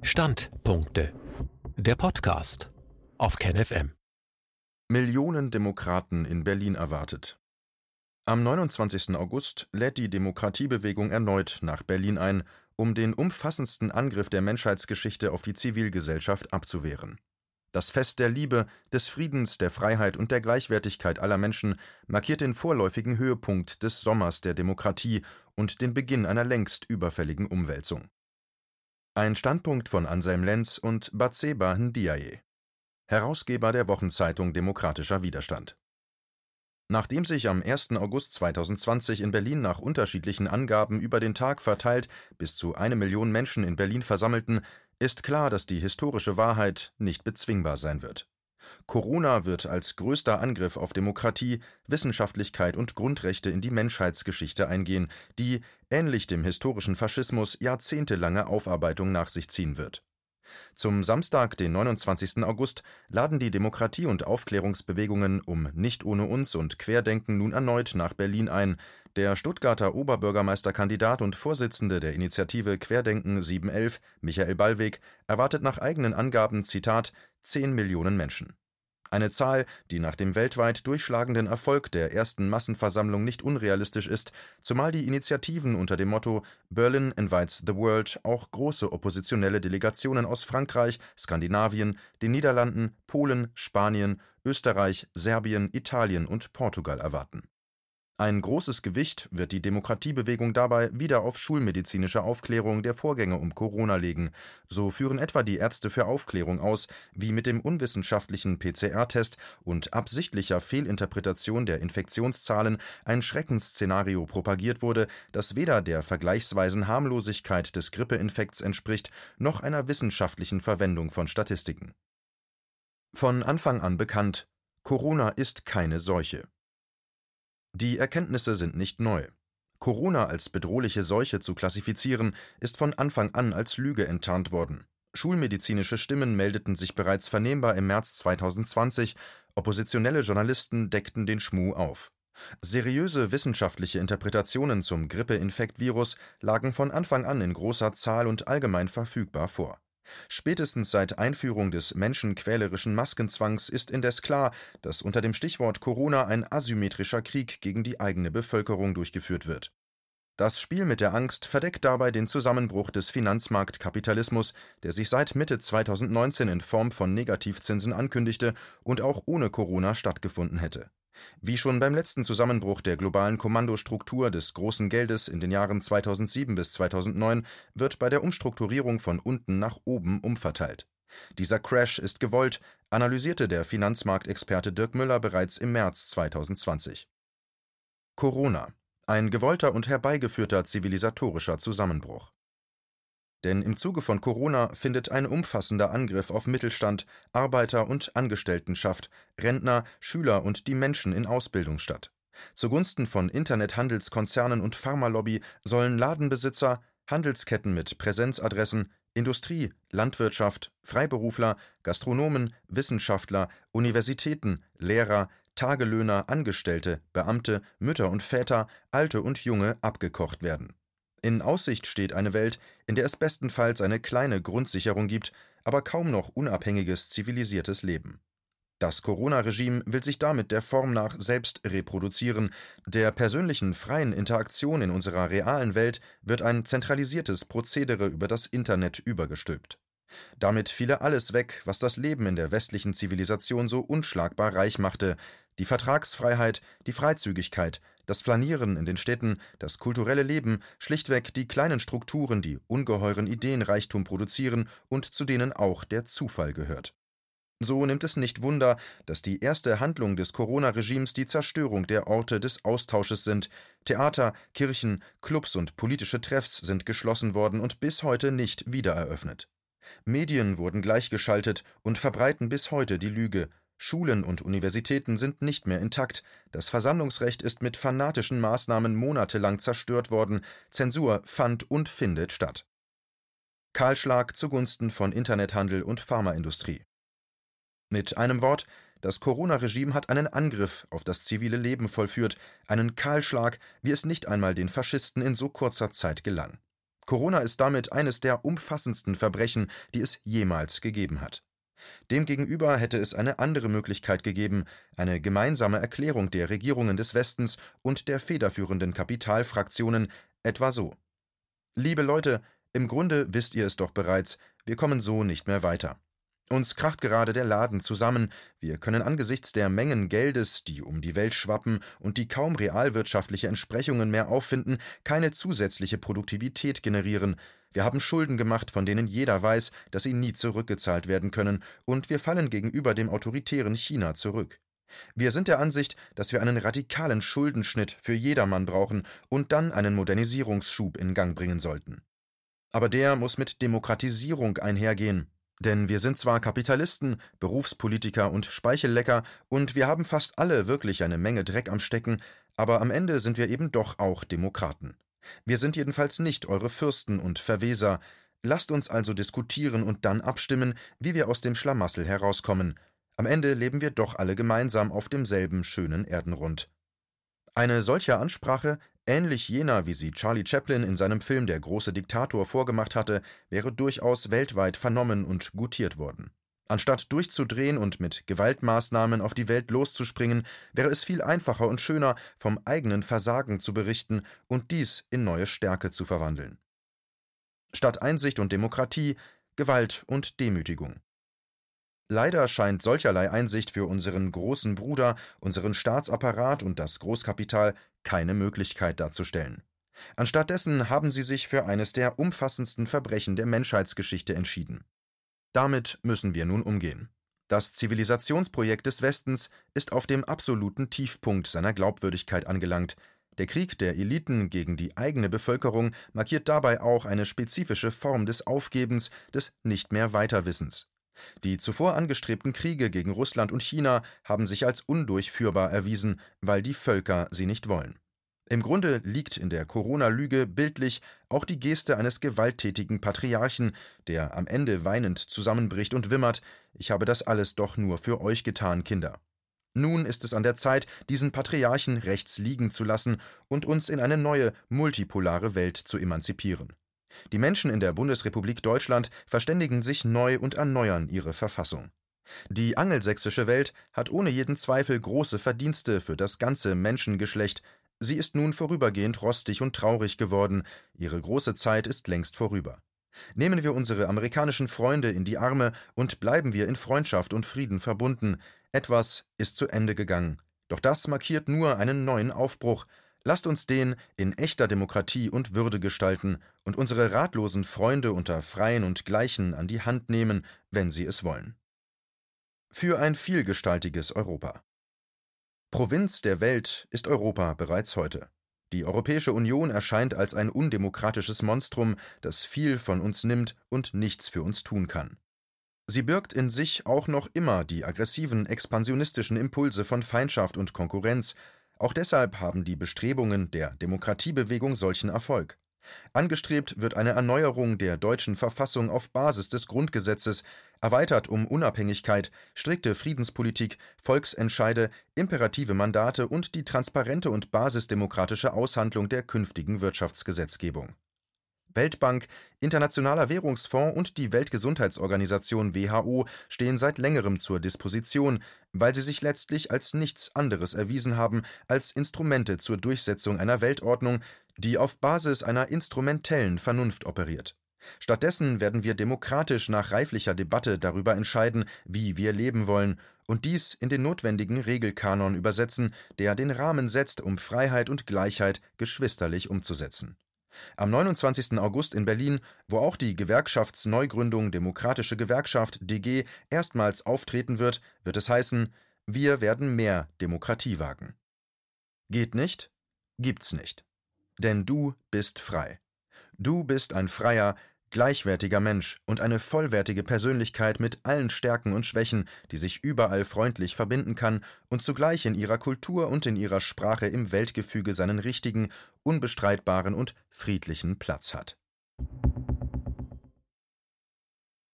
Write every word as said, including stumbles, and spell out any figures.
Standpunkte. Der Podcast auf KenFM. Millionen Demokraten in Berlin erwartet. Am neunundzwanzigsten August lädt die Demokratiebewegung erneut nach Berlin ein, um den umfassendsten Angriff der Menschheitsgeschichte auf die Zivilgesellschaft abzuwehren. Das Fest der Liebe, des Friedens, der Freiheit und der Gleichwertigkeit aller Menschen markiert den vorläufigen Höhepunkt des Sommers der Demokratie und den Beginn einer längst überfälligen Umwälzung. Ein Standpunkt von Anselm Lenz und Batseba Ndiaye, Herausgeber der Wochenzeitung Demokratischer Widerstand. Nachdem sich am ersten August zweitausendzwanzig in Berlin nach unterschiedlichen Angaben über den Tag verteilt bis zu eine Million Menschen in Berlin versammelten, ist klar, dass die historische Wahrheit nicht bezwingbar sein wird. Corona wird als größter Angriff auf Demokratie, Wissenschaftlichkeit und Grundrechte in die Menschheitsgeschichte eingehen, die, ähnlich dem historischen Faschismus, jahrzehntelange Aufarbeitung nach sich ziehen wird. Zum Samstag, den neunundzwanzigsten August, laden die Demokratie- und Aufklärungsbewegungen um Nicht ohne uns und Querdenken nun erneut nach Berlin ein. Der Stuttgarter Oberbürgermeisterkandidat und Vorsitzende der Initiative Querdenken sieben elf, Michael Ballweg, erwartet nach eigenen Angaben, Zitat, zehn Millionen Menschen. Eine Zahl, die nach dem weltweit durchschlagenden Erfolg der ersten Massenversammlung nicht unrealistisch ist, zumal die Initiativen unter dem Motto Berlin invites the world auch große oppositionelle Delegationen aus Frankreich, Skandinavien, den Niederlanden, Polen, Spanien, Österreich, Serbien, Italien und Portugal erwarten. Ein großes Gewicht wird die Demokratiebewegung dabei wieder auf schulmedizinische Aufklärung der Vorgänge um Corona legen. So führen etwa die Ärzte für Aufklärung aus, wie mit dem unwissenschaftlichen P C R-Test und absichtlicher Fehlinterpretation der Infektionszahlen ein Schreckensszenario propagiert wurde, das weder der vergleichsweisen Harmlosigkeit des Grippeinfekts entspricht, noch einer wissenschaftlichen Verwendung von Statistiken. Von Anfang an bekannt: Corona ist keine Seuche. Die Erkenntnisse sind nicht neu. Corona als bedrohliche Seuche zu klassifizieren, ist von Anfang an als Lüge enttarnt worden. Schulmedizinische Stimmen meldeten sich bereits vernehmbar im März zweitausendzwanzig, oppositionelle Journalisten deckten den Schmuh auf. Seriöse wissenschaftliche Interpretationen zum Grippeinfektvirus lagen von Anfang an in großer Zahl und allgemein verfügbar vor. Spätestens seit Einführung des menschenquälerischen Maskenzwangs ist indes klar, dass unter dem Stichwort Corona ein asymmetrischer Krieg gegen die eigene Bevölkerung durchgeführt wird. Das Spiel mit der Angst verdeckt dabei den Zusammenbruch des Finanzmarktkapitalismus, der sich seit Mitte zweitausendneunzehn in Form von Negativzinsen ankündigte und auch ohne Corona stattgefunden hätte. Wie schon beim letzten Zusammenbruch der globalen Kommandostruktur des großen Geldes in den Jahren zweitausendsieben bis zweitausendneun wird bei der Umstrukturierung von unten nach oben umverteilt. Dieser Crash ist gewollt, analysierte der Finanzmarktexperte Dirk Müller bereits im März zweitausendzwanzig. Corona: ein gewollter und herbeigeführter zivilisatorischer Zusammenbruch. Denn im Zuge von Corona findet ein umfassender Angriff auf Mittelstand, Arbeiter- und Angestelltenschaft, Rentner, Schüler und die Menschen in Ausbildung statt. Zugunsten von Internethandelskonzernen und Pharmalobby sollen Ladenbesitzer, Handelsketten mit Präsenzadressen, Industrie, Landwirtschaft, Freiberufler, Gastronomen, Wissenschaftler, Universitäten, Lehrer, Tagelöhner, Angestellte, Beamte, Mütter und Väter, Alte und Junge abgekocht werden. In Aussicht steht eine Welt, in der es bestenfalls eine kleine Grundsicherung gibt, aber kaum noch unabhängiges, zivilisiertes Leben. Das Corona-Regime will sich damit der Form nach selbst reproduzieren. Der persönlichen freien Interaktion in unserer realen Welt wird ein zentralisiertes Prozedere über das Internet übergestülpt. Damit fiele alles weg, was das Leben in der westlichen Zivilisation so unschlagbar reich machte: die Vertragsfreiheit, die Freizügigkeit, das Flanieren in den Städten, das kulturelle Leben, schlichtweg die kleinen Strukturen, die ungeheuren Ideenreichtum produzieren und zu denen auch der Zufall gehört. So nimmt es nicht Wunder, dass die erste Handlung des Corona-Regimes die Zerstörung der Orte des Austausches sind. Theater, Kirchen, Clubs und politische Treffs sind geschlossen worden und bis heute nicht wiedereröffnet. Medien wurden gleichgeschaltet und verbreiten bis heute die Lüge. Schulen und Universitäten sind nicht mehr intakt. Das Versammlungsrecht ist mit fanatischen Maßnahmen monatelang zerstört worden. Zensur fand und findet statt. Kahlschlag zugunsten von Internethandel und Pharmaindustrie. Mit einem Wort: Das Corona-Regime hat einen Angriff auf das zivile Leben vollführt, einen Kahlschlag, wie es nicht einmal den Faschisten in so kurzer Zeit gelang. Corona ist damit eines der umfassendsten Verbrechen, die es jemals gegeben hat. Demgegenüber hätte es eine andere Möglichkeit gegeben, eine gemeinsame Erklärung der Regierungen des Westens und der federführenden Kapitalfraktionen, etwa so: Liebe Leute, im Grunde wisst ihr es doch bereits, wir kommen so nicht mehr weiter. Uns kracht gerade der Laden zusammen, wir können angesichts der Mengen Geldes, die um die Welt schwappen und die kaum realwirtschaftliche Entsprechungen mehr auffinden, keine zusätzliche Produktivität generieren. Wir haben Schulden gemacht, von denen jeder weiß, dass sie nie zurückgezahlt werden können, und wir fallen gegenüber dem autoritären China zurück. Wir sind der Ansicht, dass wir einen radikalen Schuldenschnitt für jedermann brauchen und dann einen Modernisierungsschub in Gang bringen sollten. Aber der muss mit Demokratisierung einhergehen. Denn wir sind zwar Kapitalisten, Berufspolitiker und Speichellecker, und wir haben fast alle wirklich eine Menge Dreck am Stecken, aber am Ende sind wir eben doch auch Demokraten. Wir sind jedenfalls nicht eure Fürsten und Verweser. Lasst uns also diskutieren und dann abstimmen, wie wir aus dem Schlamassel herauskommen. Am Ende leben wir doch alle gemeinsam auf demselben schönen Erdenrund. Eine solche Ansprache, ähnlich jener, wie sie Charlie Chaplin in seinem Film Der große Diktator vorgemacht hatte, wäre durchaus weltweit vernommen und gutiert worden. Anstatt durchzudrehen und mit Gewaltmaßnahmen auf die Welt loszuspringen, wäre es viel einfacher und schöner, vom eigenen Versagen zu berichten und dies in neue Stärke zu verwandeln. Statt Einsicht und Demokratie, Gewalt und Demütigung. Leider scheint solcherlei Einsicht für unseren großen Bruder, unseren Staatsapparat und das Großkapital keine Möglichkeit darzustellen. Anstattdessen haben sie sich für eines der umfassendsten Verbrechen der Menschheitsgeschichte entschieden. Damit müssen wir nun umgehen. Das Zivilisationsprojekt des Westens ist auf dem absoluten Tiefpunkt seiner Glaubwürdigkeit angelangt. Der Krieg der Eliten gegen die eigene Bevölkerung markiert dabei auch eine spezifische Form des Aufgebens, des Nicht-mehr-Weiterwissens. Die zuvor angestrebten Kriege gegen Russland und China haben sich als undurchführbar erwiesen, weil die Völker sie nicht wollen. Im Grunde liegt in der Corona-Lüge bildlich auch die Geste eines gewalttätigen Patriarchen, der am Ende weinend zusammenbricht und wimmert: Ich habe das alles doch nur für euch getan, Kinder. Nun ist es an der Zeit, diesen Patriarchen rechts liegen zu lassen und uns in eine neue, multipolare Welt zu emanzipieren. Die Menschen in der Bundesrepublik Deutschland verständigen sich neu und erneuern ihre Verfassung. Die angelsächsische Welt hat ohne jeden Zweifel große Verdienste für das ganze Menschengeschlecht. Sie ist nun vorübergehend rostig und traurig geworden, ihre große Zeit ist längst vorüber. Nehmen wir unsere amerikanischen Freunde in die Arme und bleiben wir in Freundschaft und Frieden verbunden. Etwas ist zu Ende gegangen. Doch das markiert nur einen neuen Aufbruch. Lasst uns den in echter Demokratie und Würde gestalten und unsere ratlosen Freunde unter Freien und Gleichen an die Hand nehmen, wenn sie es wollen. Für ein vielgestaltiges Europa. Provinz der Welt ist Europa bereits heute. Die Europäische Union erscheint als ein undemokratisches Monstrum, das viel von uns nimmt und nichts für uns tun kann. Sie birgt in sich auch noch immer die aggressiven, expansionistischen Impulse von Feindschaft und Konkurrenz. Auch deshalb haben die Bestrebungen der Demokratiebewegung solchen Erfolg. Angestrebt wird eine Erneuerung der deutschen Verfassung auf Basis des Grundgesetzes, erweitert um Unabhängigkeit, strikte Friedenspolitik, Volksentscheide, imperative Mandate und die transparente und basisdemokratische Aushandlung der künftigen Wirtschaftsgesetzgebung. Weltbank, Internationaler Währungsfonds und die Weltgesundheitsorganisation W H O stehen seit längerem zur Disposition, weil sie sich letztlich als nichts anderes erwiesen haben als Instrumente zur Durchsetzung einer Weltordnung, die auf Basis einer instrumentellen Vernunft operiert. Stattdessen werden wir demokratisch nach reiflicher Debatte darüber entscheiden, wie wir leben wollen, und dies in den notwendigen Regelkanon übersetzen, der den Rahmen setzt, um Freiheit und Gleichheit geschwisterlich umzusetzen. Am neunundzwanzigsten August in Berlin, wo auch die Gewerkschaftsneugründung Demokratische Gewerkschaft D G erstmals auftreten wird, wird es heißen: Wir werden mehr Demokratie wagen. Geht nicht? Gibt's nicht. Denn du bist frei. Du bist ein freier, gleichwertiger Mensch und eine vollwertige Persönlichkeit mit allen Stärken und Schwächen, die sich überall freundlich verbinden kann und zugleich in ihrer Kultur und in ihrer Sprache im Weltgefüge seinen richtigen, unbestreitbaren und friedlichen Platz hat.